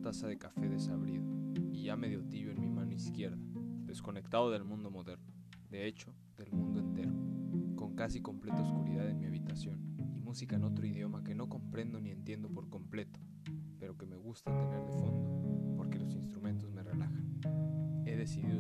taza de café desabrido y ya medio tibio en mi mano izquierda, desconectado del mundo moderno, de hecho, del mundo entero, con casi completa oscuridad en mi habitación y música en otro idioma que no comprendo ni entiendo por completo, pero que me gusta tener de fondo porque los instrumentos me relajan. He decidido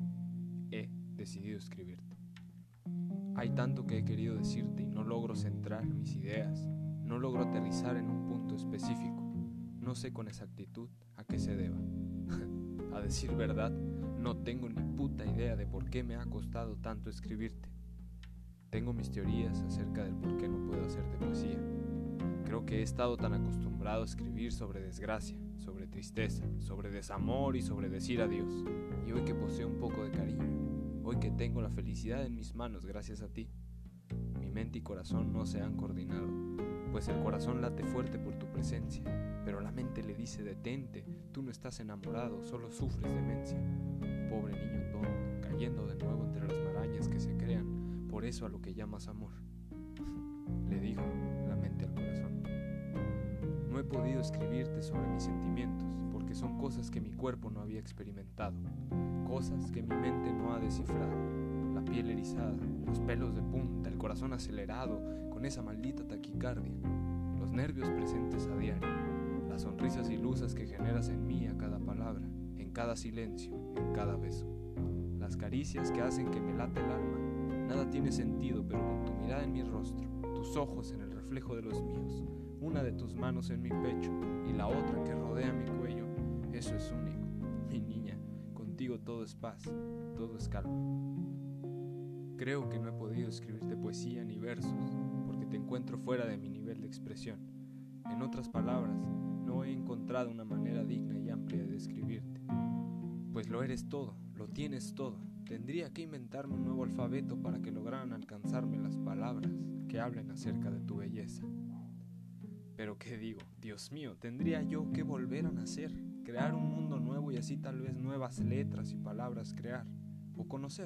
escribirte. Hay tanto que he querido decirte y no logro centrar mis ideas, no logro aterrizar en un punto específico. No sé con exactitud a qué se deba. A decir verdad, no tengo ni puta idea de por qué me ha costado tanto escribirte. Tengo mis teorías acerca del por qué no puedo hacerte poesía. Creo que he estado tan acostumbrado a escribir sobre desgracia, sobre tristeza, sobre desamor y sobre decir adiós. Y hoy que poseo un poco de cariño, hoy que tengo la felicidad en mis manos gracias a ti, mi mente y corazón no se han coordinado, pues el corazón late fuerte por tu presencia, pero la mente le dice detente, tú no estás enamorado, solo sufres demencia. Pobre niño tonto, cayendo de nuevo entre las marañas que se crean, por eso a lo que llamas amor. Le dijo la mente al corazón. No he podido escribirte sobre mis sentimientos, porque son cosas que mi cuerpo no había experimentado, cosas que mi mente no ha descifrado. La piel erizada, los pelos de punta, el corazón acelerado, con esa maldita taquicardia, los nervios presentes a diario, las sonrisas ilusas que generas en mí a cada palabra, en cada silencio, en cada beso, las caricias que hacen que me late el alma. Nada tiene sentido, pero con tu mirada en mi rostro, tus ojos en el reflejo de los míos, una de tus manos en mi pecho y la otra que rodea mi cuello, eso es único. Mi niña, contigo todo es paz, todo es calma. Creo que no he podido escribirte poesía ni versos, porque te encuentro fuera de mi nivel de expresión. En otras palabras, no he encontrado una manera digna y amplia de describirte. Pues lo eres todo, lo tienes todo. Tendría que inventarme un nuevo alfabeto para que lograran alcanzarme las palabras que hablen acerca de tu belleza. Pero ¿qué digo? Dios mío, tendría yo que volver a nacer, crear un mundo nuevo y así tal vez nuevas letras y palabras crear, o conocer.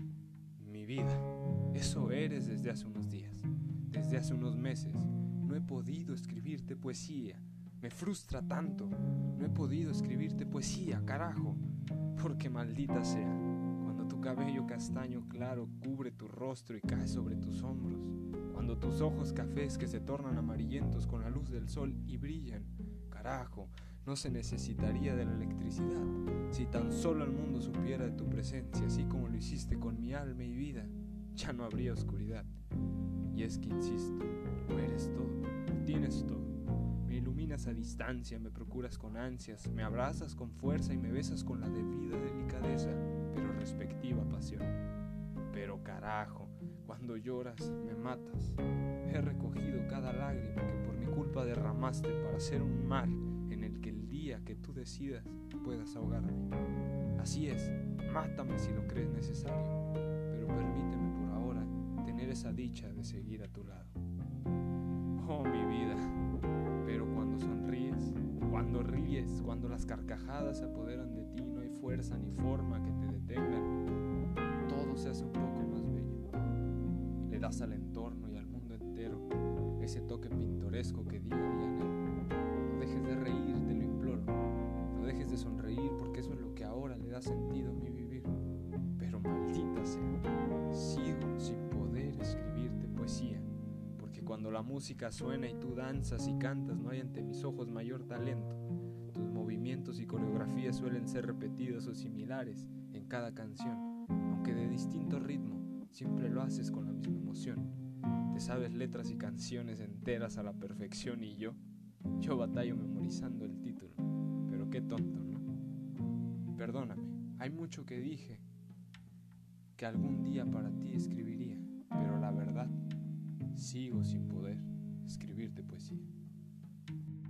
Mi vida, eso eres desde hace unos días, desde hace unos meses. No he podido escribirte poesía, me frustra tanto. No he podido escribirte poesía, carajo, porque maldita sea, cuando tu cabello castaño claro cubre tu rostro y cae sobre tus hombros, cuando tus ojos cafés que se tornan amarillentos con la luz del sol y brillan, carajo, no se necesitaría de la electricidad. Si tan solo el mundo supiera de tu presencia, así como lo hiciste con mi alma y vida, ya no habría oscuridad. Y es que insisto, lo eres todo, lo tienes todo. Me iluminas a distancia, me procuras con ansias, me abrazas con fuerza y me besas con la debida delicadeza, pero respectiva pasión. Pero carajo, cuando lloras me matas. He recogido cada lágrima que por mi culpa derramaste para hacer un mar en el que el día que tú decidas puedas ahogarme. Así es, mátame si lo crees necesario, pero permíteme por ahora tener esa dicha de seguir a tu lado. Oh, mi vida, pero cuando sonríes, cuando ríes, cuando las carcajadas se apoderan de ti, no hay fuerza ni forma que te detengan. Todo se hace un poco más bello. Le das al entorno y al mundo entero ese toque pintoresco que día a día anhelo. No dejes de reír, te lo imploro. No dejes de sonreír, porque eso es lo que ahora le da sentido a mi vivir. Pero maldita sea, sigo sin poder escribirte poesía, porque cuando la música suena y tú danzas y cantas, no hay ante mis ojos mayor talento. Tus movimientos y coreografías suelen ser repetidos o similares en cada canción, aunque de distinto ritmo, siempre lo haces con la misma emoción. Te sabes letras y canciones enteras a la perfección y yo batallo memorizando el título. Pero qué tonto, ¿no? Perdóname, hay mucho que dije que algún día para ti escribiría, pero la verdad, sigo sin poder escribirte poesía.